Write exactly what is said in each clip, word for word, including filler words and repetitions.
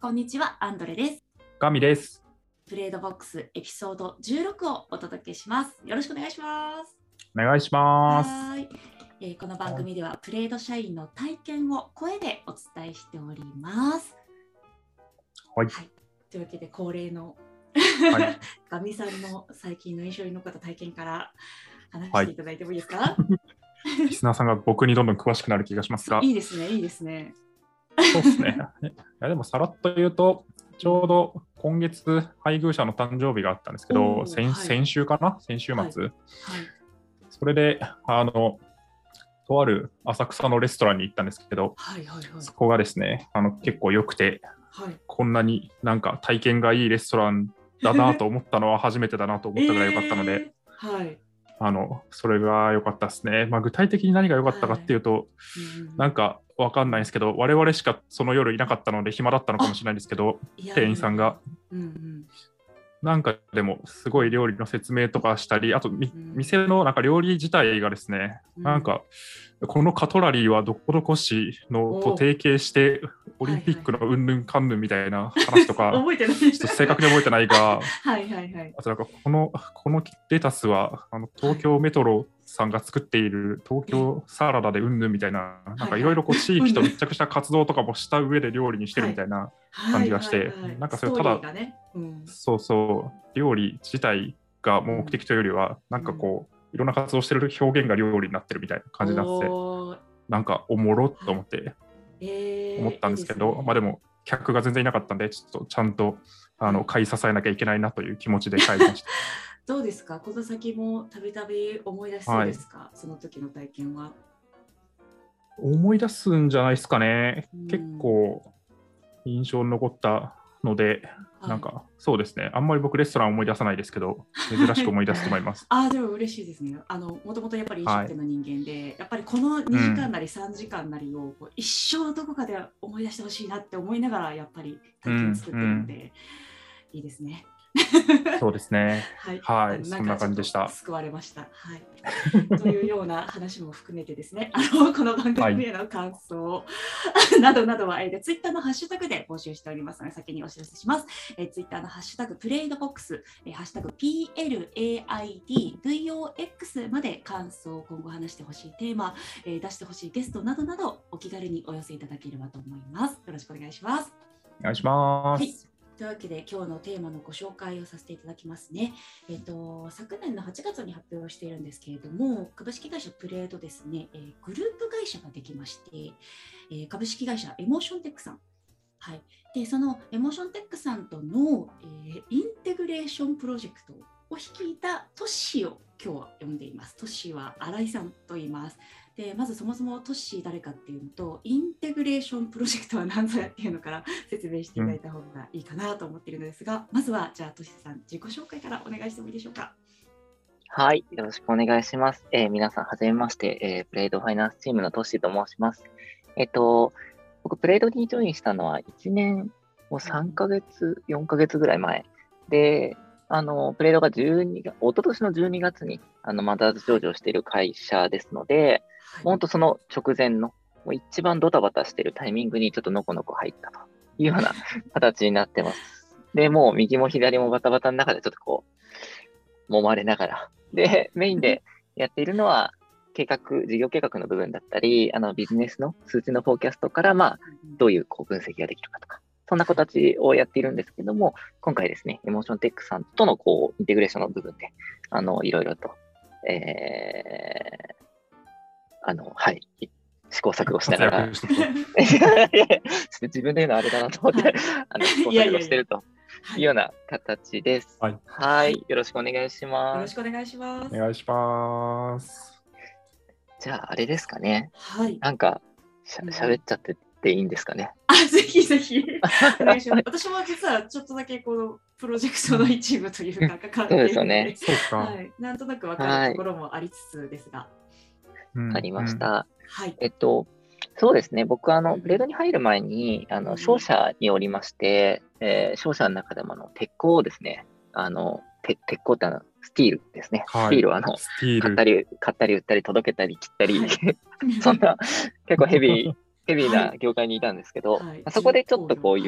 こんにちは、アンドレです。 ガミです。 プレードボックスエピソードじゅうろくをお届けします。よろしくお願いします。 お願いします。 はい、えー、この番組ではプレード社員の体験を声でお伝えしております。 はい。 はい、というわけで恒例の、 はい、 ガミさんの最近の印象に残った体験から話していただいてもいいですか？はい、リスナーさんが僕にどんどん詳しくなる気がしますが。 いいですね、いいですね。 そうですね。いやでもさらっと言うと、ちょうど今月配偶者の誕生日があったんですけど、先、はい、先週かな先週末、はいはい、それであのとある浅草のレストランに行ったんですけど、はいはいはい、そこがですねあの結構良くて、はい、こんなになんか体験がいいレストランだなと思ったのは初めてだなと思ったぐらい良かったので、えーはい、あのそれが良かったですね。まあ、具体的に何が良かったかっていうと、はい、なんか分かんないんですけど、我々しかその夜いなかったので暇だったのかもしれないんですけど、店員さんが、うんうん、なんかでもすごい料理の説明とかしたり、あと、うん、店のなんか料理自体がですね、うん、なんかこのカトラリーはどこどこ市のと提携してオリンピックのうんぬんかんぬんみたいな話とか、 覚えてないちょっと正確に覚えてないがはいはい、はい、 あとなんかこのこのレタスはあの東京メトロさんが作っている東京サラダでうんぬんみたいな、なんかいろいろ地域と密着した活動とかもした上で料理にしてるみたいな感じがして、なんかそれただ、ねうん、そうそう料理自体が目的というよりは、うん、なんかこういろんな活動してる表現が料理になってるみたいな感じになってて、なんかおもろと思って思ったんですけど、はいえーいいですね、まあでも客が全然いなかったんで、ちょっとちゃんとあの買い支えなきゃいけないなという気持ちで帰りました。 どうですか、この先もたびたび思い出しそうですか、はい、その時の体験は。 思い出すんじゃないですかね。結構印象に残ったので、はい、なんかそうですね、あんまり僕レストラン思い出さないですけど、珍しく思い出すと思います。 ああ、でも嬉しいですね。あのもともとやっぱり飲食店の人間で、はい、やっぱりこのにじかんなりさんじかんなりをこう一生どこかで思い出してほしいなって思いながらやっぱり体験を作ってるので、うんうん、いいですね。 そうですね。はい、はい、 なんかそんな感じでした。 救われました。はい。というような話も含めてですね、あのこの番組への感想、はい、などなどは、えー、ツイッターのハッシュタグで募集しておりますので、先にお知らせします。えー、ツイッターのハッシュタグプレイドボックス、えー、ハッシュタグ ピーエルエーアイディーブイオーエックス まで感想、今後話してほしいテーマ、えー、出してほしいゲストなどなどお気軽にお寄せいただければと思います。よろしくお願いします。 お願いします。 はい、というわけで今日のテーマのご紹介をさせていただきますね。えー、と昨年のはちがつに発表しているんですけれども、株式会社プレードですね、えー、グループ会社ができまして、えー、株式会社エモーションテックさん、はい、でそのエモーションテックさんとの、えー、インテグレーションプロジェクトを率いたトッシーを今日は呼んでいます。トッシーは新井さんと言います。でまずそもそもトッシー誰かっていうのと、インテグレーションプロジェクトは何ぞやっていうのから説明していただいた方がいいかなと思っているのですが、うん、まずはじゃあトッシーさん自己紹介からお願いしてもいいでしょうか。 はい、よろしくお願いします。えー、皆さんはじめまして、えー、プレイドファイナンスチームのトッシーと申します。えっと僕プレイドにジョインしたのはいちねんもうさんかげつ、よんかげつぐらい前で、あのプレイドがじゅうにがつ、一昨年のじゅうにがつにあのマザーズ上場している会社ですので、本当その直前のもう一番ドタバタしているタイミングにちょっとのこのこ入ったというような形になってます。で、もう右も左もバタバタの中でちょっとこう揉まれながら、でメインでやっているのは計画、事業計画の部分だったり、あのビジネスの数値のフォーキャストから、まあ、どういうこう分析ができるかとか、そんな形をやっているんですけども、今回ですね、エモーションテックさんとのこうインテグレーションの部分で、あのいろいろと、えー、あの、はい、試行錯誤しながら、自分で言うのはあれだなと思って、はい、あの試行錯誤してるというような形です。はい、はい、よろしくお願いします。 よろしくお願いします。 お願いします。 じゃあ、あれですかね。 はい。 なんか、しゃ喋っちゃってていいんですかね。 あ、ぜひぜひ。お願いします。私も実はちょっとだけこのプロジェクトの一部というか、関係そうですよね。 そうか。 はい。なんとなく分かるところもありつつですが。 わかりました。 はい。 えっと、そうですね。僕はあの、プレードに入る前に、あの、商社におりまして、えー、商社の中でもあの、鉄鋼をですね、あの、鉄鋼ってあの、スティールですね。はい、スティールをあの、買ったり、買ったり売ったり、届けたり、切ったり、はい、そんな結構ヘビー、ヘビーな業界にいたんですけど、はい、そこでちょっとこういう、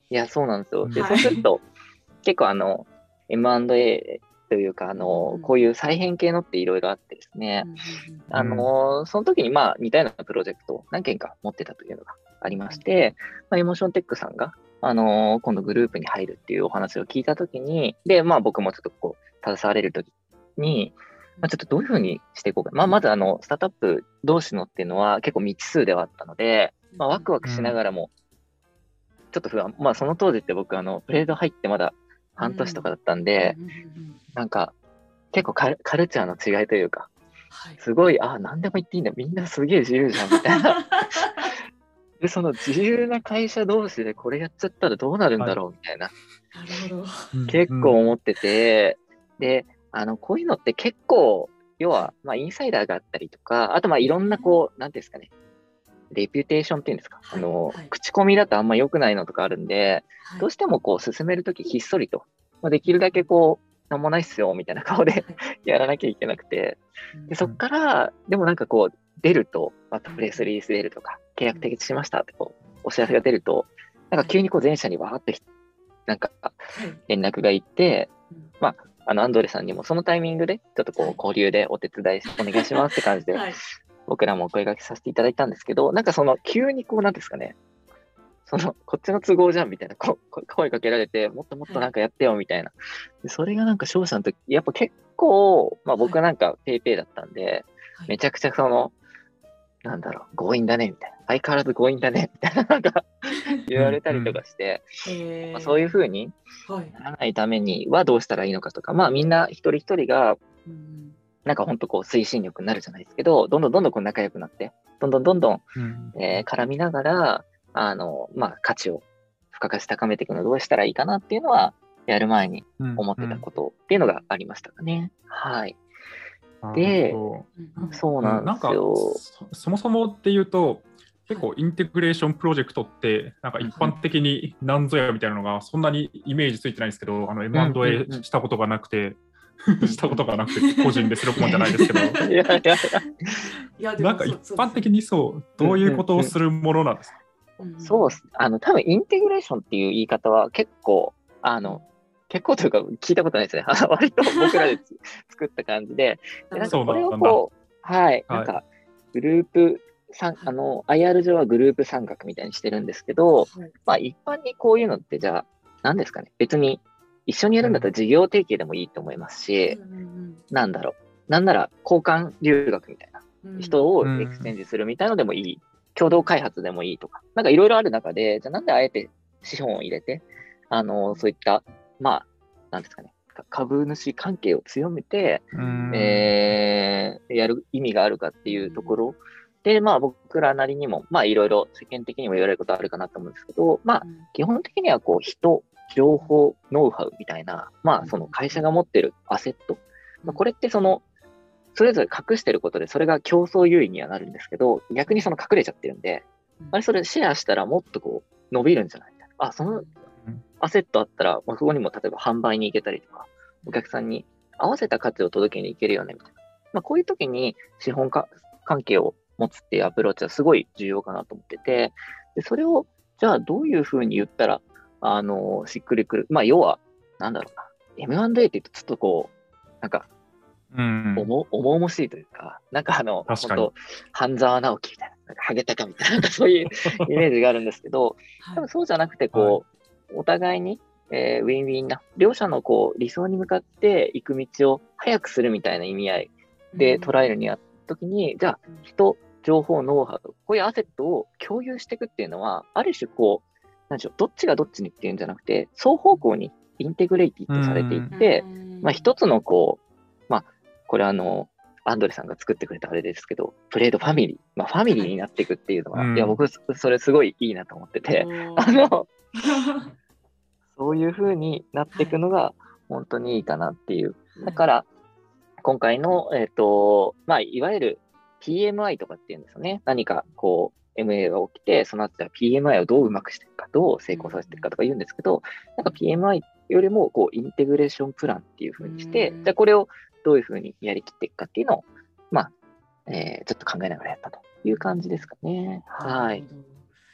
いや、そうなんですよ。で、 はいそうすると、結構あの、エムアンドエー というか、あのうん、 こういう再編系のっていろいろあってですね、 うんうんあの、その時にまあ似たようなプロジェクトを何件か持ってたというのがありまして、まあ、エモーションテックさんが、あの、今度グループに入るっていうお話を聞いた時に、で、まあ僕もちょっとこう、携われる時に、まあ、ちょっとどういうふうにしていこうか。まあ、まずあの、スタートアップ同士のっていうのは結構未知数ではあったので、まあ、ワクワクしながらも、ちょっと不安。まあ、その当時って僕、あの、プレード入ってまだ半年とかだったんで、 うんうんうんうんなんか、結構カルカルチャーの違いというか、 はいすごい、あ、何でも言っていいんだ。みんなすげえ自由じゃん、みたいな。で、その自由な会社同士でこれやっちゃったらどうなるんだろう、みたいな。 なるほど。 結構思ってて、で、あの、こういうのって結構、要は、まあ、インサイダーがあったりとか、あと、まあ、いろんな、こう、なんていうんですかね、レピュテーションっていうんですか、 はいあの、 はい口コミだとあんま良くないのとかあるんで、 はいどうしてもこう、進めるときひっそりと、まあ、できるだけこう、なんもないっすよ、みたいな顔ではいやらなきゃいけなくて、 うんでそっから、でもなんかこう、出ると、まあ、プレスリリース出るとか、契約締結しましたってこう、お知らせが出ると、なんか急にこう、全社にわーって、なんか、 はい連絡がいって、 うんまあ、あの、アンドレさんにもそのタイミングで、ちょっとこう、 はい交流でお手伝いお願いしますって感じで、 はい僕らもお声掛けさせていただいたんですけど、なんかその、急にこう、なんですかね、その、こっちの都合じゃんみたいな、ここ声かけられて、もっともっとなんかやってよみたいな。でそれがなんか勝者の時、やっぱ結構、まあ僕なんかペイペイだったんで、 はいめちゃくちゃその、なんだろう、強引だねみたいな。相変わらず強引だねみたいな、なんか言われたりとかして、 えーまあ、そういうふうにはいならないためにはどうしたらいいのかとか、まあみんな一人一人が、 うんなんか本当こう推進力になるじゃないですけど、どんどんどんどんこう仲良くなって、どんどんどんどん、 うんえー絡みながら、あの、まあ価値を付加価値高めていくのどうしたらいいかなっていうのは、やる前に思ってたことっていうのがありましたかね。はい。でそうんうんそううなんですよ。 そそもそもっていうと、結構インテグレーションプロジェクトってなんか一般的に何ぞやみたいなのがそんなにイメージついてないんですけど、あの エムアンドエー したことがなくて、したことがなくて個人でするもんじゃないですけど、 いやいやいや、 いやでもなんか一そう般的にそう、どういうことをするものなんですか？ そうっす。あの、多分インテグレーションっていう言い方は結構、あの、結構というか聞いたことないですね。あの割と僕らでつ作った感じで、でなんかこれをこう、はい、なんかグループ三、あの、アイアール 上はグループ三角みたいにしてるんですけど、 はいまあ一般にこういうのってじゃあ、何ですかね。別に一緒にやるんだったら事業提携でもいいと思いますし、 うんうんなんだろう。なんなら交換留学みたいな。 うん人をエクスチェンジするみたいのでもいい。共同開発でもいいとか。なんかいろいろある中で、じゃあなんであえて資本を入れて、あの、そういった、まあ、なんですかね。か株主関係を強めて、 うんえーやる意味があるかっていうところで、まあ僕らなりにも、まあいろいろ世間的にも言われることあるかなと思うんですけど、まあうん基本的にはこう人、情報、ノウハウみたいな、まあその会社が持ってるアセット。まあ、これってその、それぞれ隠してることで、それが競争優位にはなるんですけど、逆にその隠れちゃってるんで、あれそれシェアしたらもっとこう伸びるんじゃないか。あ、そのアセットあったら、まあ、ここにも例えば販売に行けたりとか、お客さんに合わせた価値を届けに行けるよね、みたいな。まあ、こういう時に資本か関係を持つっていうアプローチはすごい重要かなと思ってて、でそれを、じゃあどういうふうに言ったら、あの、しっくりくる。まあ、要は、なんだろうな。エムアンドエー って言うとちょっとこう、なんか、 うん重重々しいというか、なんかあの、 確かに本当半沢直樹みたいな、なんかハゲタカみたいな、なんかそういうイメージがあるんですけど、 はい多分そうじゃなくて、こう、お互いに、えーウィンウィンな、両者のこう理想に向かっていく道を早くするみたいな意味合いで捉えるにあったときに、じゃあ、人、情報、ノウハウ、こういうアセットを共有していくっていうのは、ある種こう、なんでしょう、どっちがどっちにっていうんじゃなくて、双方向にインテグレイティッドされていって、まあ一つのこう、まあ、これあの、アンドレさんが作ってくれたあれですけど、プレードファミリー、まあファミリーになっていくっていうのは、 うんいや、僕、それすごいいいなと思ってて、あの、そういう風になっていくのが本当にいいかなっていう。だから、今回の、えっ、と、まあ、いわゆる ピーエムアイ とかっていうんですよね。何かこう、エムエー が起きて、その後は ピーエムアイ をどううまくしていくか、どう成功させていくかとか言うんですけど、なんか ピーエムアイ よりも、こう、インテグレーションプランっていう風にして、 うんじゃあこれをどういう風にやりきっていくかっていうのを、まあ、えーちょっと考えながらやったという感じですかね。はい。 なるほど。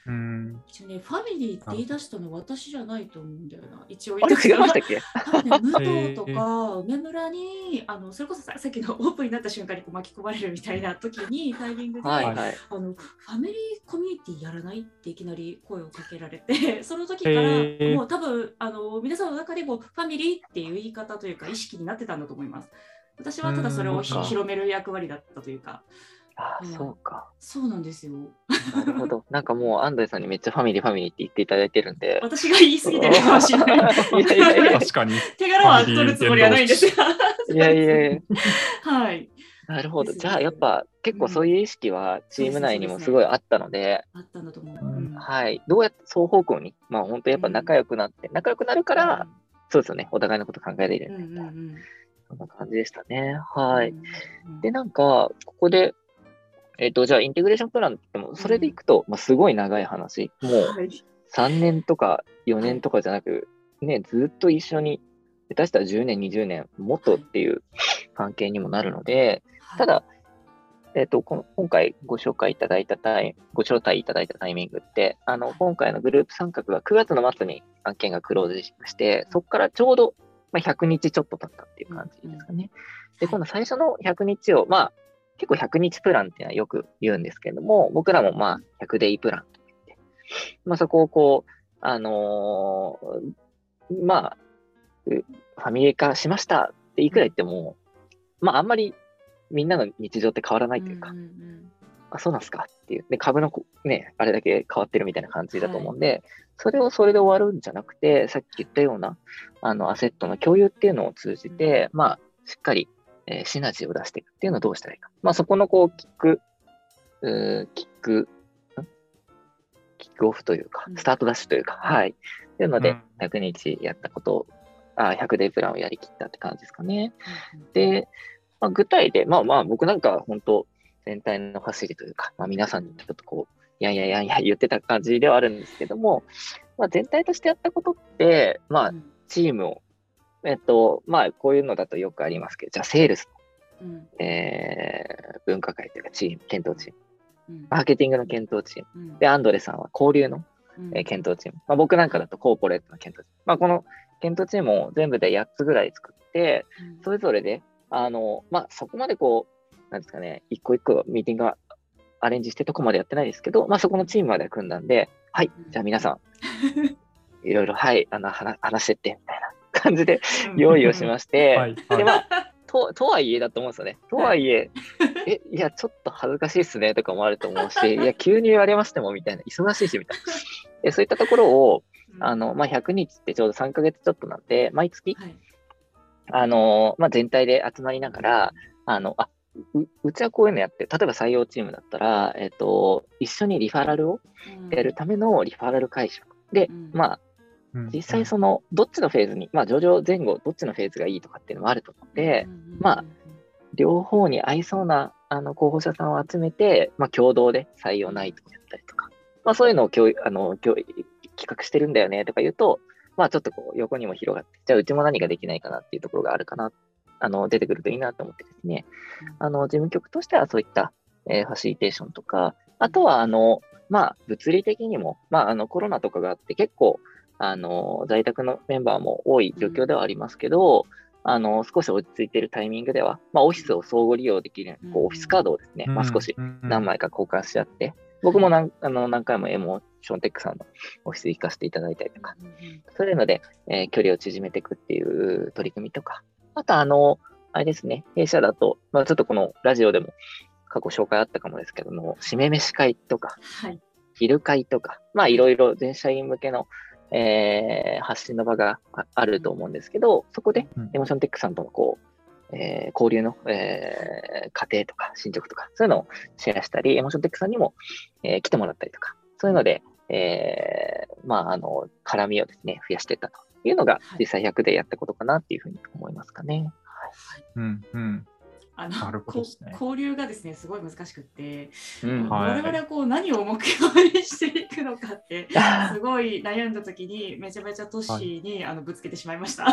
うん、 一応ね、ファミリーって言い出したの私じゃないと思うんだよな。一応あれ違いましたっけ？ 多分ね、武藤とか梅村にあのそれこそさ、さっきのオープンになった瞬間にこう巻き込まれるみたいな時にタイミングで、 はいはい、 あのファミリーコミュニティやらないっていきなり声をかけられて、その時からもう多分あの皆さんの中でもファミリーっていう言い方というか意識になってたんだと思います。私はただそれをひ広める役割だったというか。 ああ、 うん、 そうか。 そうなんですよ。 なるほど。なんかもう、安藤さんにめっちゃファミリー、ファミリーって言っていただいてるんで。 私が言い過ぎてるかもしれない。いやいやいや、 確かに。 手柄は取るつもりはないんですが。 いやいやいや。 はい。 なるほど。じゃあ、やっぱ結構そういう意識はチーム内にもすごいあったので。 あったんだと思う。 うん、 はい。どうやって双方向に、まあ本当やっぱ仲良くなって、うん、仲良くなるから、うん、そうですよね。お互いのこと考えられるみたいな。うんうんうん、そんな感じでしたね。はい。うんうん、で、なんか、ここで、えっと、じゃあ、インテグレーションプランって言っても、それでいくと、まあ、すごい長い話。もう、さんねんとかよねんとかじゃなく、ね、ずっと一緒に、下手したらじゅうねん、にじゅうねん、もっとっていう関係にもなるので、ただ、えっと、この今回ご紹介いただいたタイ、ご招待いただいたタイミングって、あの、今回のグループ参画がくがつの末に案件がクローズして、そこからちょうど、まあ、ひゃくにちちょっと経ったっていう感じですかね。で、この最初のひゃくにちを、まあ、結構ひゃくにちプランっていうのはよく言うんですけれども、僕らもまあひゃくデイプランと言って、まあそこをこう、あのー、まあ、ファミリー化しましたっていくら言っても、まああんまりみんなの日常って変わらないというか、うんうんうん、あ、そうなんすかっていう。で、株のね、あれだけ変わってるみたいな感じだと思うんで、はい、それをそれで終わるんじゃなくて、さっき言ったような、あの、アセットの共有っていうのを通じて、まあ、しっかり、えー、シナジーを出していくっていうのをどうしたらいいか。まあ、そこのこう、キック、うーキック、キックオフというか、スタートダッシュというか、うん、はい。っていうので、ひゃくにちやったことを、あ、ひゃくデイプランをやりきったって感じですかね。うん、で、まあ、具体で、まあまあ、僕なんか本当、全体の走りというか、まあ、皆さんにちょっとこう、いやいやいやいや言ってた感じではあるんですけども、まあ、全体としてやったことって、まあ、チームを、えっと、まあ、こういうのだとよくありますけど、じゃあ、セールスの、うん、えー、分科会というか、チーム、検討チーム、うん、マーケティングの検討チーム、うん、で、アンドレさんは交流の、えー、検討チーム、まあ、僕なんかだとコーポレートの検討チーム、まあ、この検討チームを全部でやっつぐらい作って、それぞれで、あの、まあ、そこまでこう、なんですかね、一個一個ミーティングがアレンジしてとこまでやってないですけど、まあ、そこのチームまで組んだんで、はい、じゃあ皆さん、いろいろ、はい、あの、話話してって、みたいな感じで用意をしまして、はいはい、で、まあ、と、とはいえだと思うんですよね。とはいえ、え、いや、ちょっと恥ずかしいっすね、とかもあると思うし、いや、急に言われましても、みたいな、忙しいし、みたいな。でそういったところを、あの、まあ、ひゃくにちってちょうどさんかげつちょっとなんで、毎月、はい、あの、まあ、全体で集まりながら、あの、あ、う、うちはこういうのやって、例えば採用チームだったら、えっと、一緒にリファラルをやるためのリファラル解釈。で、うん、まあ、実際その、どっちのフェーズに、まあ、上場前後、どっちのフェーズがいいとかっていうのもあると思うので、まあ、両方に合いそうな、あの、候補者さんを集めて、まあ、共同で採用ナイトをやったりとか、まあ、そういうのを共あの共企画してるんだよねとか言うと、まあ、ちょっとこう、横にも広がって、じゃあ、うちも何ができないかなっていうところがあるかな、あの、出てくるといいなと思ってですね、あの、事務局としてはそういった、えー、ファシリテーションとか、あとは、あの、まあ、物理的にも、まあ、あの、コロナとかがあって、結構、あの、在宅のメンバーも多い状況ではありますけど、あの、少し落ち着いているタイミングでは、まあ、オフィスを相互利用できる、こう、オフィスカードをですね、まあ、少し何枚か交換し合って、僕も何、あの、何回もエモーションテックさんのオフィス行かせていただいたりとか、そういうので、えー、距離を縮めていくっていう取り組みとか、あと、あの、あれですね、弊社だと、まあ、ちょっとこのラジオでも過去紹介あったかもですけども、締め飯会とか、はい、昼会とか、まあ、いろいろ全社員向けの、えー、発信の場があると思うんですけど、そこでエモーションテックさんとのこう、えー、交流の、えー、過程とか進捗とか、そういうのをシェアしたり、エモーションテックさんにも、えー、来てもらったりとか、そういうので、えー、まあ、あの、絡みをですね、増やしていったというのが、実際ひゃくでやったことかなっていうふうに思いますかね。 はい。うんうん。 あのなるほどですね、交流がですねすごい難しくって、 うん、 我々はこう何を目標にしていくのかってすごい悩んだ時にめちゃめちゃトッシーに、はい、あのぶつけてしまいました。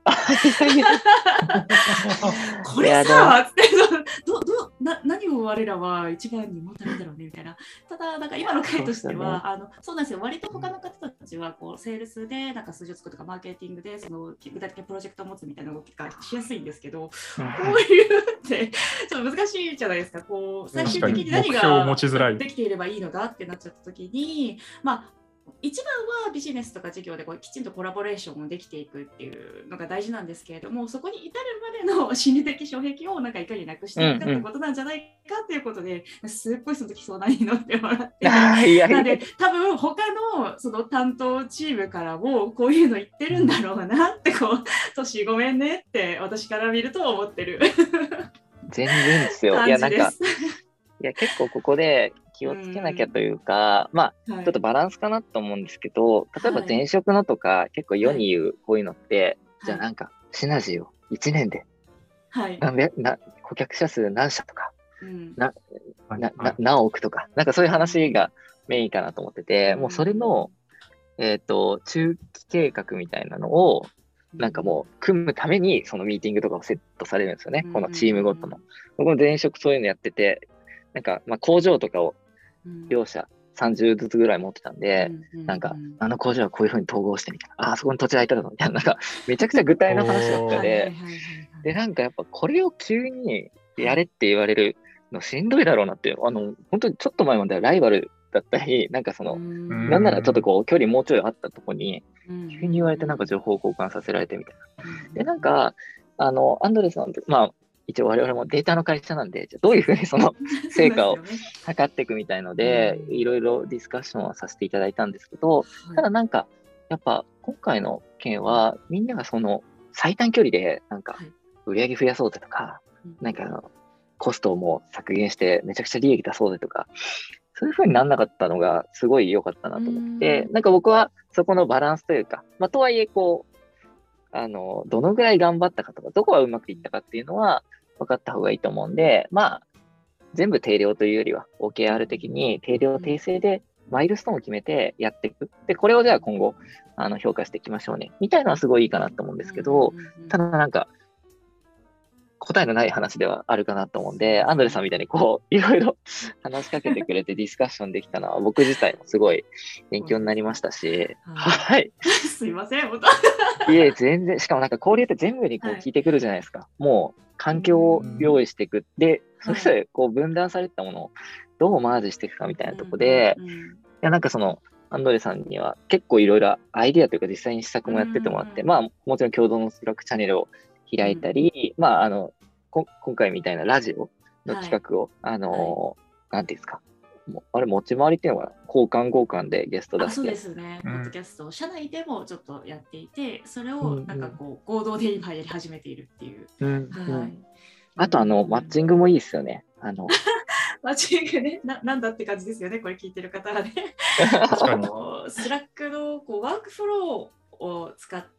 これさつってどどな何を我らは一番に持たれるんだろうねみたいな。ただなんか今の回としてはそう、ね、あのそうなんですよ。割と他の方たちはこうセールスでなんか数字を作るとかマーケティングでその具体的なプロジェクトを持つみたいな動きがしやすいんですけど、こういうってちょっと難しいじゃないですか。こう最終的に何ができていればいいのだってなっちゃった時に、まあ一番はビジネスとか事業でこうきちんとコラボレーションをできていくっていうのが大事なんですけれども、そこに至るまでの心理的障壁をなんかいかになくしていくかってことなんじゃないかっていうことで、うんうん、すっごいその時相談に乗ってもらってなので多分他のその担当チームからもこういうの言ってるんだろうなってこうトシごめんねって私から見ると思ってる全然ですよ。いやなんかいや結構ここで気をつけなきゃというか、うん、まあ、はい、ちょっとバランスかなと思うんですけど、例えば前職のとか、はい、結構世に言うこういうのって、はい、じゃあなんかシナジーをいちねんで何百、はい、な顧客者数何社とか、うん、ななな何億とか、なんかそういう話がメインかなと思ってて、うん、もうそれの、えーと、中期計画みたいなのをなんかもう組むためにそのミーティングとかをセットされるんですよね、うん、このチームごとの。僕も前職そういうのやってて、なんかまあ工場とかを両社さんじゅうずつぐらい持ってたんで、うんうんうん、なんかあの工場はこういうふうに統合してみたいな、ああそこに土地空いたのみたいな、なんかめちゃくちゃ具体の話ばっかででなんかやっぱこれを急にやれって言われるのしんどいだろうなっていう、あの本当にちょっと前まではライバルだったり、なんかそのなんならちょっとこう距離もうちょいあったとこに急に言われてなんか情報交換させられてみたいな。でなんかあのアンドレさんってまあ一応我々もデータの会社なんで、じゃどういうふうにその成果を測っていくみたいので、いろいろディスカッションをさせていただいたんですけど、ただなんか、やっぱ今回の件は、みんながその最短距離で、なんか売り上げ増やそうぜとか、なんかコストをもう削減してめちゃくちゃ利益出そうぜとか、そういうふうにならなかったのがすごい良かったなと思って、なんか僕はそこのバランスというか、まあとはいえこう、あの、どのぐらい頑張ったかとか、どこがうまくいったかっていうのは分かった方がいいと思うんで、まあ、全部定量というよりは、オーケーアール 的に定量訂正でマイルストーンを決めてやっていく。で、これをじゃあ今後、あの、評価していきましょうね。みたいなのはすごいいいかなと思うんですけど、ただなんか、答えのない話ではあるかなと思うんで、アンドレさんみたいにこう、いろいろ話しかけてくれてディスカッションできたのは、僕自体もすごい勉強になりましたし、はい。 すいません、本当。いえ、全然、しかもなんか交流って全部にこう聞いてくるじゃないですか。はい、もう、環境を用意していく。で、それぞれこう分断されたものをどうマージしていくかみたいなとこで、いや、なんかその、アンドレさんには結構いろいろアイディアというか実際に施策もやっててもらって、まあ、もちろん共同のスラックチャンネルを開いたり、うん、まあ、あの、こ今回みたいなラジオの企画を、はい、あの、はい、なんていうんですか、もあれ、持ち回りっていうのは、交換交換でゲスト出して。 そうですね、ポッドキャストを社内でもちょっとやっていて、それをなんかこう、合同で今やり始めているっていう。うんはい、 あと、あの、マッチングもいいですよね。あのマッチングねな、なんだって感じですよね、これ聞いてる方はね。スラックのこうワークフローを使って、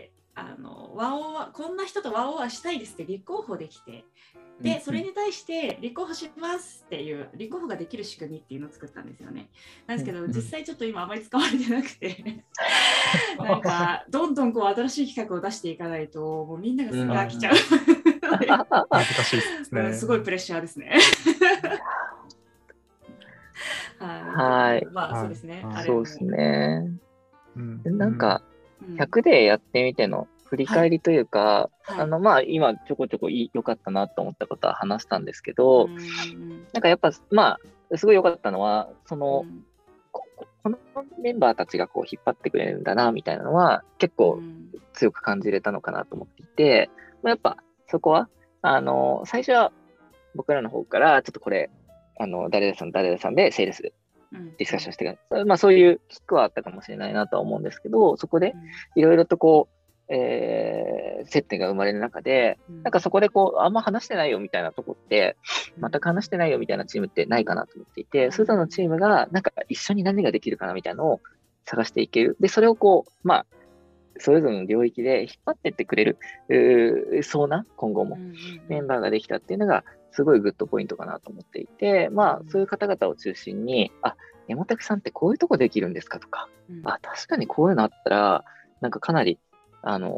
あのワオワこんな人とワオワしたいですって立候補できて、でそれに対して立候補しますっていう立候補ができる仕組みっていうのを作ったんですよね。なんですけど実際ちょっと今あまり使われてなくてなんかどんどんこう新しい企画を出していかないともうみんながすぐ飽きちゃう難しいですね。 すごいプレッシャーですねはい。 まあそうですね。 はい、そうですね。うん、なんかひゃくでやってみての振り返りというか、はいはい、あのまあ今ちょこちょこ良かったなと思ったことは話したんですけど、なんかやっぱまあすごい良かったのはその、うん、こ, このメンバーたちがこう引っ張ってくれるんだなみたいなのは結構強く感じれたのかなと思っていて、まあ、やっぱそこはあの最初は僕らの方からちょっとこれあの誰々さん誰々さんでセールスディスカッションしてくれる、まあ、そういうキックはあったかもしれないなとは思うんですけど、そこでいろいろとこう、えー、接点が生まれる中で、なんかそこでこうあんま話してないよみたいなとこって全く話してないよみたいなチームってないかなと思っていて、それぞれのチームがなんか一緒に何ができるかなみたいなのを探していける。でそれをこうまあそれぞれの領域で引っ張っていってくれる、うそうな今後もメンバーができたっていうのがすごいグッドポイントかなと思っていて、まあそういう方々を中心に、あ、エモテクさんってこういうとこできるんですかとか、うん、あ、確かにこういうのあったら、なんかかなり、あの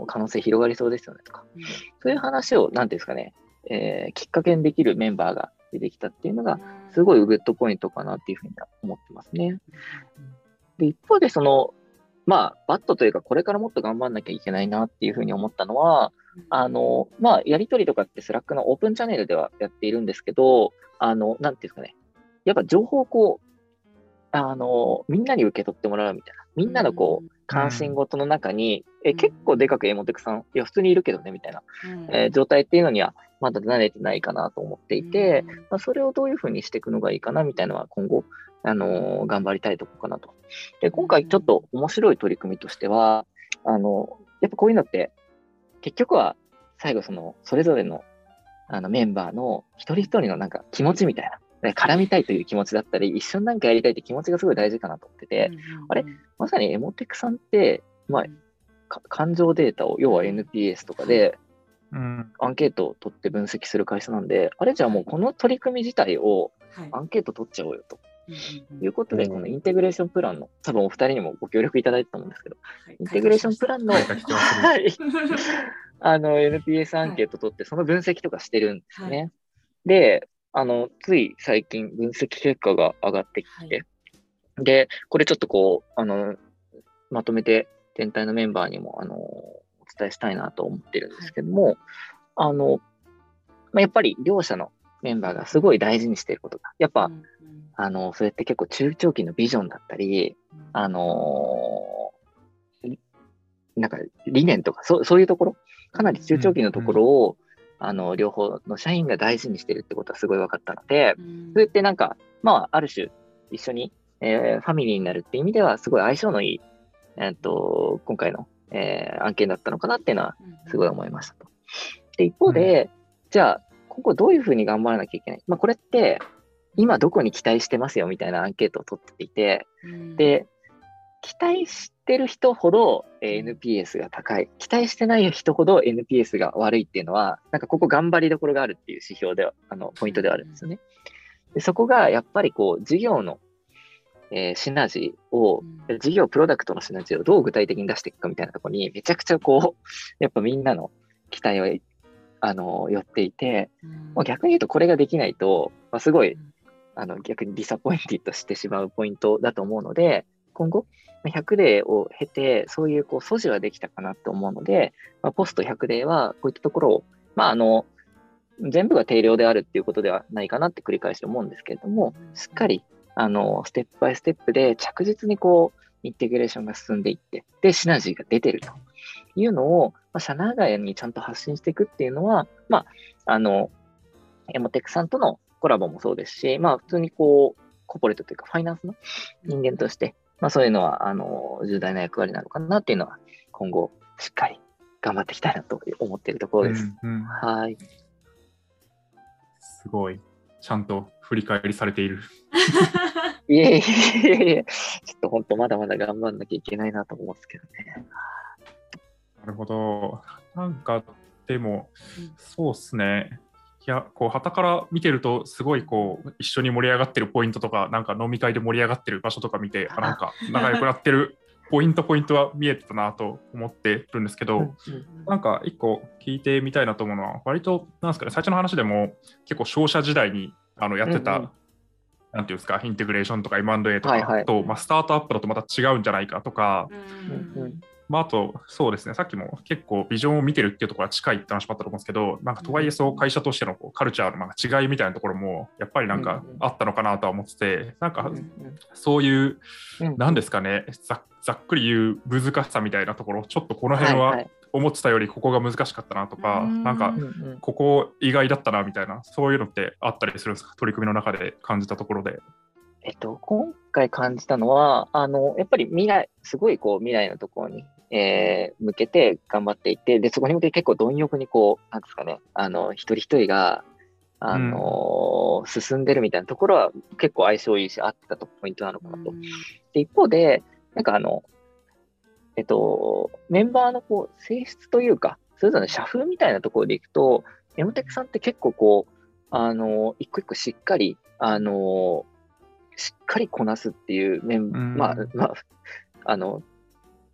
の可能性広がりそうですよねとか、そういう話を、なんていうんですかね、えー、きっかけにできるメンバーが出てきたっていうのが、すごいグッドポイントかなっていうふうに思ってますね。で、一方で、その、まあ、バットというか、これからもっと頑張んなきゃいけないなっていうふうに思ったのは、あの、まあ、やりとりとかってスラックのオープンチャンネルではやっているんですけど、あの、なんていうんですかね、やっぱ情報をこう、あの、みんなに受け取ってもらうみたいな、みんなのこう、関心事の中に、うん、え結構でかくエモテクさん、いや、普通にいるけどね、みたいな、うん、えー、状態っていうのには、まだ慣れてないかなと思っていて、うん、まあ、それをどういうふうにしていくのがいいかな、みたいなのは今後、あのー、頑張りたいところかなと。で、今回ちょっと面白い取り組みとしては、あの、やっぱこういうのって、結局は、最後その、それぞれの、あの、メンバーの一人一人のなんか気持ちみたいな、絡みたいという気持ちだったり、一緒になんかやりたいという気持ちがすごい大事かなと思ってて、うんうんうん、あれ、まさにエモテクさんって、まあ、感情データを、要は エヌピーエス とかで、アンケートを取って分析する会社なんで、あれじゃあもうこの取り組み自体をアンケート取っちゃおうよと。いうことで、このインテグレーションプランの、多分お二人にもご協力いただいたと思うんですけど、インテグレーションプランの、はい、あの エヌピーエス アンケート取って、その分析とかしてるんですね。はい、で、あの、つい最近分析結果が上がってきて、はい、で、これちょっとこう、あの、まとめて全体のメンバーにも、あの、お伝えしたいなと思ってるんですけども、はい、あの、まあ、やっぱり両者のメンバーがすごい大事にしていることが、やっぱ、うんうん、あの、それって結構中長期のビジョンだったり、うん、あのー、なんか理念とか、そう、そういうところ、かなり中長期のところを、うんうん、あの、両方の社員が大事にしてるってことはすごい分かったので、うん、それってなんか、まあ、ある種、一緒に、えー、ファミリーになるっていう意味では、すごい相性のいい、えー、っと、今回の、えー、案件だったのかなっていうのは、すごい思いましたと。で、一方で、うん、じゃあ、今後どういうふうに頑張らなきゃいけない。まあ、これって、今どこに期待してますよみたいなアンケートを取っていて、うん、で、期待してる人ほど エヌピーエス が高い、期待してない人ほど エヌピーエス が悪いっていうのは、なんかここ頑張りどころがあるっていう指標では、あの、ポイントではあるんですよね。でそこがやっぱりこう、事業の、えー、シナジーを、うん、事業プロダクトのシナジーをどう具体的に出していくかみたいなところに、めちゃくちゃこう、やっぱみんなの期待を、あの、寄っていて、うん、もう逆に言うとこれができないと、まあ、すごい、あの逆にディサポインティッドしてしまうポイントだと思うので、今後、ひゃく例を経て、そういうこう素地はできたかなと思うので、まあ、ポストひゃく例はこういったところを、まあ、あの、全部が定量であるっていうことではないかなって繰り返し思うんですけれども、しっかり、あの、ステップバイステップで着実にこう、インテグレーションが進んでいって、で、シナジーが出てるというのを、まあ、社内外にちゃんと発信していくっていうのは、まあ、あの、エモテクさんとのコラボもそうですし、まあ普通にこう、コーポレートというかファイナンスの人間として、まあそういうのは、あの、重大な役割なのかなっていうのは、今後、しっかり頑張っていきたいなと思っているところです。うんうん、はい。 すごい。ちゃんと振り返りされている。 いえいえいえいえ、ちょっと本当まだまだ頑張んなきゃいけないなと思うんですけどね。 なるほど。なんか、でも、そうっすね。いや、こう、傍から見てると、すごい、こう、一緒に盛り上がってるポイントとか、なんか飲み会で盛り上がってる場所とか見て、あなんか、仲良くなってるポイント、ポイントは見えてたなと思ってるんですけど、なんか、一個聞いてみたいなと思うのは、割と、なんですかね、最初の話でも、結構、商社時代にあのやってた、うんうん、なんていうんですか、インテグレーションとか エムアンドエー とかと、はいはい、まあ、スタートアップだとまた違うんじゃないかとか、うんうん、まあ、あと、そうですね、さっきも結構ビジョンを見てるっていうところは近いって話もあったと思うんですけど、なんかとはいえそう会社としてのこうカルチャーのまあ違いみたいなところもやっぱりなんかあったのかなとは思ってて、なんかそういうなんですかね、ざ、ざっくり言う難しさみたいなところ、ちょっとこの辺は思ってたよりここが難しかったなとか、はいはい、なんかここ意外だったなみたいな、そういうのってあったりするんですか、取り組みの中で感じたところで。 えっと、今回感じたのは、あの、やっぱり未来、すごいこう未来のところに、えー、向けて頑張っていて、で、そこに向けて結構貪欲にこう、なんですかね、あの、一人一人が、あの、うん、進んでるみたいなところは結構相性いいし、合ってたとポイントなのかなと。うん、で、一方で、なんかあの、えっと、メンバーのこう、性質というか、それぞれの社風みたいなところでいくと、エモテクさんって結構こう、あの、一個一個しっかり、あの、しっかりこなすっていう面、まあ、まあ、あの、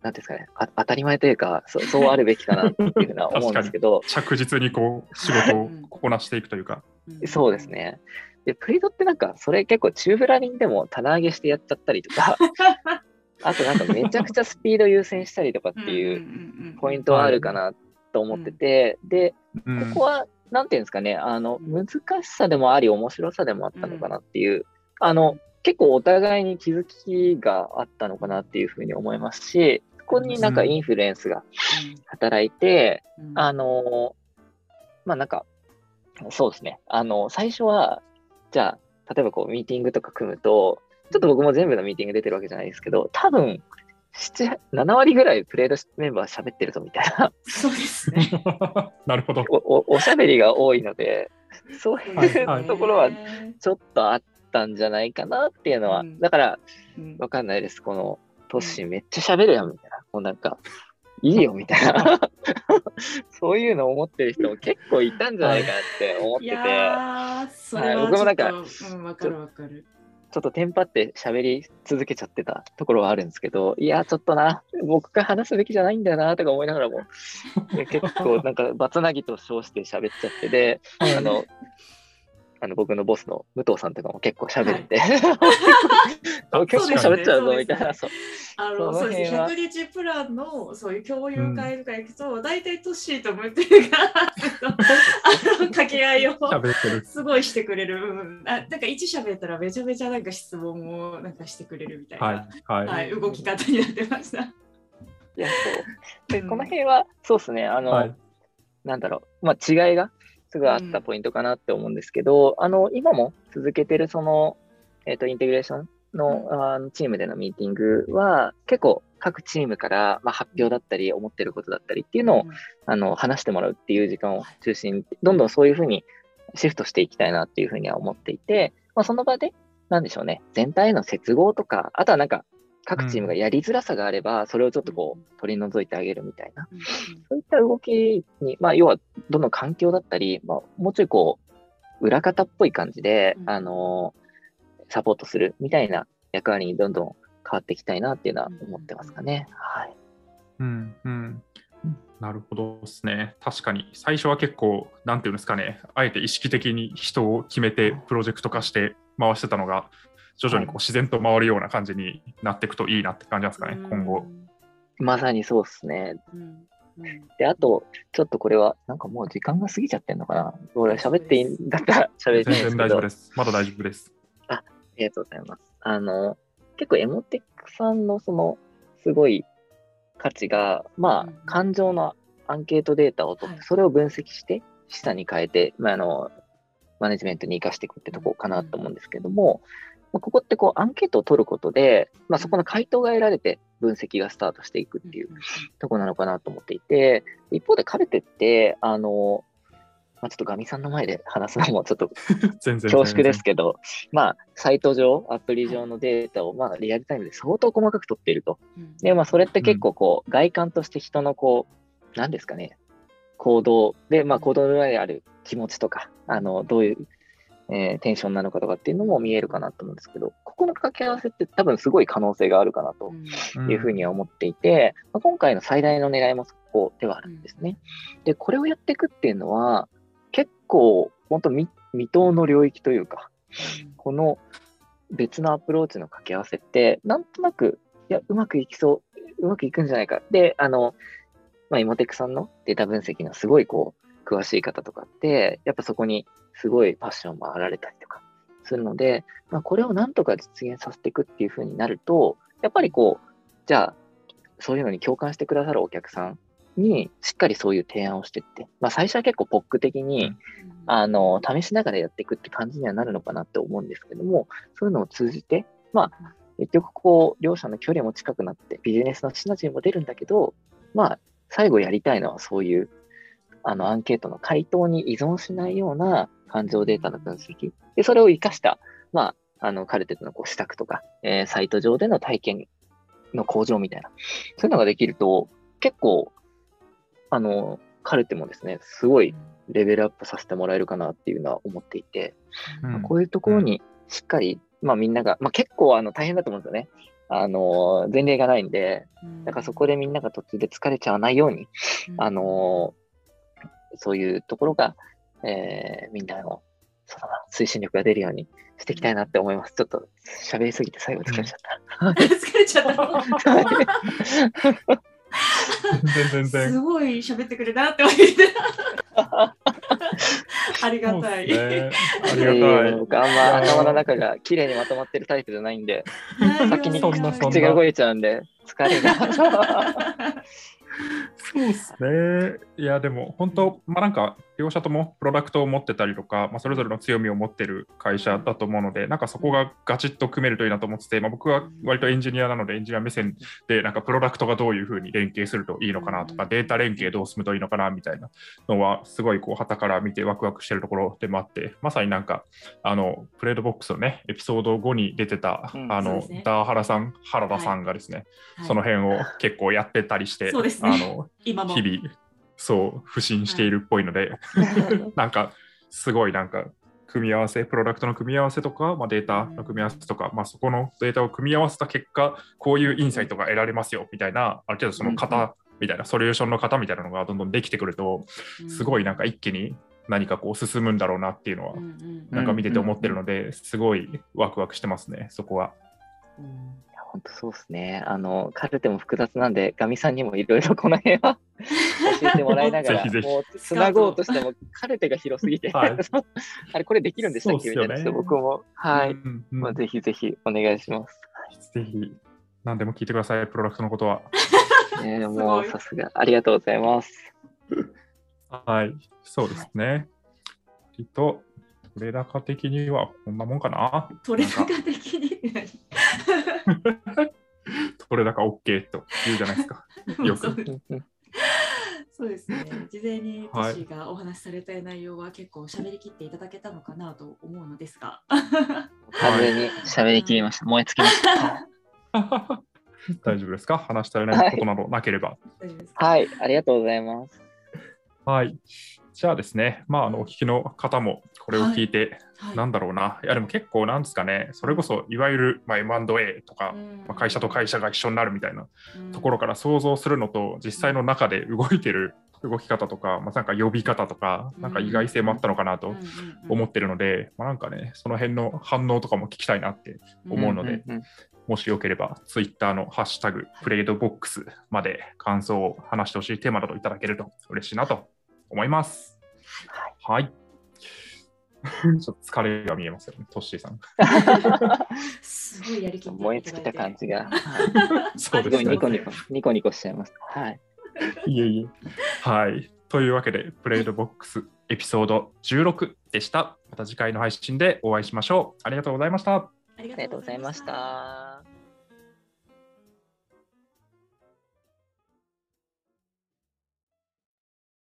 なんていうんですかね、あ当たり前というかそ、そうあるべきかなっていうふうな思うんですけど、 着実にこう仕事をこなしていくというか。 そうですね。で、プレードってなんか、それ結構中フラリンでも棚上げしてやっちゃったりとか、あとなんかめちゃくちゃスピード優先したりとかっていうポイントはあるかなと思ってて、で、ここは、なんていうんですかね、あの、難しさでもあり、面白さでもあったのかなっていう、あの、結構お互いに気づきがあったのかなっていうふうに思いますし、そこになんかインフルエンスが働いて、あの、まあなんか、そうですね、あの、最初は、じゃあ、例えばこう、ミーティングとか組むと、ちょっと僕も全部のミーティング出てるわけじゃないですけど、多分、ななわりぐらいプレイドメンバー喋ってるぞみたいな。 そうですね。 なるほど。 お、お、おしゃべりが多いので、そういうところはちょっとあったんじゃないかなっていうのは、だから、わかんないです。この、トッシーめっちゃ喋るやんみたいな。もうなんか、いいよみたいな。そういうのを思ってる人も結構いたんじゃないかなって思ってて。いやー、それはちょっと、うん、わかるわかる。 ちょっとテンパって喋り続けちゃってたところはあるんですけど、いや、ちょっとな、僕が話すべきじゃないんだよな、とか思いながらも、結構なんかバツナギと称して喋っちゃってで、あの、あの僕のボスの武藤さんとかも結構喋って、はい、結構喋っちゃうぞみたいな。 あのそうですね、ひゃくにちプランのそういう共有会とか行くと、うん、大体トッシーとムテルがあの掛け合いをすごいしてくれる。うん、あなんか一喋ったらめちゃめちゃなんか質問をなんかしてくれるみたいな、はいはいはい、動き方になってました。いやそうで、うん、この辺はそうですね、あの、はい、なんだろう、まあ、違いがすぐあったポイントかなって思うんですけど、うん、あの今も続けてるその、えーと、インテグレーションの、うん、あのチームでのミーティングは結構各チームから、まあ、発表だったり思ってることだったりっていうのを、うん、あの話してもらうっていう時間を中心にどんどんそういうふうにシフトしていきたいなっていうふうには思っていて、まあ、その場でなんでしょうね、全体への接合とか、あとはなんか各チームがやりづらさがあれば、それをちょっとこう取り除いてあげるみたいな、うん、そういった動きに、まあ、要はどの環境だったり、まあ、もうちょいこう裏方っぽい感じで、うん、あのサポートするみたいな役割にどんどん変わっていきたいなっていうのは思ってますかね。はい。 うんうん。なるほどですね。確かに最初は結構なんていうんですかね、あえて意識的に人を決めてプロジェクト化して回してたのが徐々にこう自然と回るような感じになっていくといいなって感じなんですかね、今後。 まさにそうですね。うんうん、で、あと、ちょっとこれは、なんかもう時間が過ぎちゃってんのかな。俺喋っていいんだったら喋っていいんですけど。 全然大丈夫です。まだ大丈夫です。 あ、ありがとうございます。あの、結構エモテックさんのその、すごい価値が、まあ、感情のアンケートデータを取って、それを分析して、示唆に変えて、まあ、あの、マネジメントに生かしていくってとこかなと思うんですけども、ここってこうアンケートを取ることで、まあ、そこの回答が得られて分析がスタートしていくっていうところなのかなと思っていて、一方でカルテって、あの、まあ、ちょっとガミさんの前で話すのもちょっと恐縮ですけど、まあ、サイト上、アプリ上のデータを、まあ、リアルタイムで相当細かく取っていると。で、まあ、それって結構こう、外観として人のこう、なんですかね、行動で、まあ、行動の裏にある気持ちとか、あの、どういう、えー、テンションなのかとかっていうのも見えるかなと思うんですけど、ここの掛け合わせって多分すごい可能性があるかなというふうには思っていて、うん、まあ、今回の最大の狙いもそこではあるんですね。で、これをやっていくっていうのは、結構、本当未、未踏の領域というか、この別のアプローチの掛け合わせって、なんとなく、いや、うまくいきそう、うまくいくんじゃないか。で、あの、まあ、イモテックさんのデータ分析のすごいこう、詳しい方とかって、やっぱそこにすごいパッションもあられたりとかするので、まあ、これをなんとか実現させていくっていう風になると、やっぱりこう、じゃあ、そういうのに共感してくださるお客さんにしっかりそういう提案をしていって、まあ、最初は結構ポック的に、うん、あの、試しながらやっていくって感じにはなるのかなって思うんですけども、そういうのを通じて、まあ、結局こう、両者の距離も近くなって、ビジネスのシナジーも出るんだけど、まあ、最後やりたいのはそういう、あの、アンケートの回答に依存しないような感情データの分析。で、それを活かした、まあ、あの、カルテットのこう、施策とか、えー、サイト上での体験の向上みたいな、そういうのができると、結構、あの、カルテもですね、すごいレベルアップさせてもらえるかなっていうのは思っていて、うん、まあ、こういうところにしっかり、まあみんなが、まあ結構あの大変だと思うんですよね。 あの前例がないんで、だからそこでみんなが途中で疲れちゃわないように、あのそういうところが、えー、みんなのその推進力が出るようにしていきたいなって思います。ちょっと喋りすぎて最後疲れちゃった。 疲れちゃった。 全然全然。 すごい喋ってくれたなって思って。ありがたい。 ね、ありがたい。 僕あんま頭の中が綺麗にまとまってるタイプじゃないんで、先に口が動いちゃうんで、疲れが。 そうですね。いや、でも本当、まあなんか、両者ともプロダクトを持ってたりとか、まあ、それぞれの強みを持ってる会社だと思うので、なんかそこがガチッと組めるといいなと思ってて、まあ、僕は割とエンジニアなので、エンジニア目線で、なんかプロダクトがどういうふうに連携するといいのかなとか、データ連携どう進むといいのかなみたいなのは、すごいこう、旗から見てワクワクしてるところでもあって、まさになんか、あの、プレードボックスのね、エピソードごに出てた、うん、あの、ね、ダーハラさん、原田さんがですね、はい、その辺を結構やってたりして、 そうですね、 あの今も日々、そう不審しているっぽいので、はい、なんかすごいなんか組み合わせプロダクトの組み合わせとか、まあ、データの組み合わせとか、まあ、そこのデータを組み合わせた結果こういうインサイトが得られますよみたいな、ある程度その型みたいな、ソリューションの型みたいなのがどんどんできてくると、すごいなんか一気に何かこう進むんだろうなっていうのはなんか見てて思ってるので、すごいワクワクしてますね、そこは。 うん、本当そうですね。あのカルテも複雑なんで、ガミさんにもいろいろこの辺は教えてもらいながら、 ぜひぜひもうつなごうとしてもカルテが広すぎて、はい、あれこれできるんでしたっけみたいな、ね、僕もはい、うんうん、まあ、ぜひぜひお願いします。 ぜひ何でも聞いてください、プロダクトのことは。 えー、もうさすがありがとうございます。 はい、そうですね。きっと取れ高的にはこんなもんかな。 取れ高的に取れ高 OK と言うじゃないですか。よく。 そうですね。事前にトシがお話しされた内容は結構喋り切っていただけたのかなと思うのですが。 完全に喋り切りました。燃え尽きました。 大丈夫ですか？話したようなことなどなければ。 はい、はい、ありがとうございます。 はい。じゃあですね、まあ、あのお聞きの方もこれを聞いて、はいはい、なんだろうな、いやでも結構なんですかね、それこそいわゆる、まあ、エムアンドエー とか、まあ、会社と会社が一緒になるみたいなところから想像するのと、実際の中で動いてる動き方とか、まあ、なんか呼び方とか、なんか意外性もあったのかなと思ってるので、まあ、なんかね、その辺の反応とかも聞きたいなって思うので、もしよければ、ツイッターのハッシュタグ、プレイドボックスまで感想を話してほしいテーマなどいただけると嬉しいなと思います。はい。ちょっと疲れが見えますよね、トッシーさん。 すごいやりきって燃え尽きた感じが。 そうですね。 ニコニコ、ニコニコしちゃいます。はい。 いえいえ。はい。というわけで、プレイドボックスエピソードじゅうろくでした。また次回の配信でお会いしましょう。ありがとうございました。 ありがとうございました。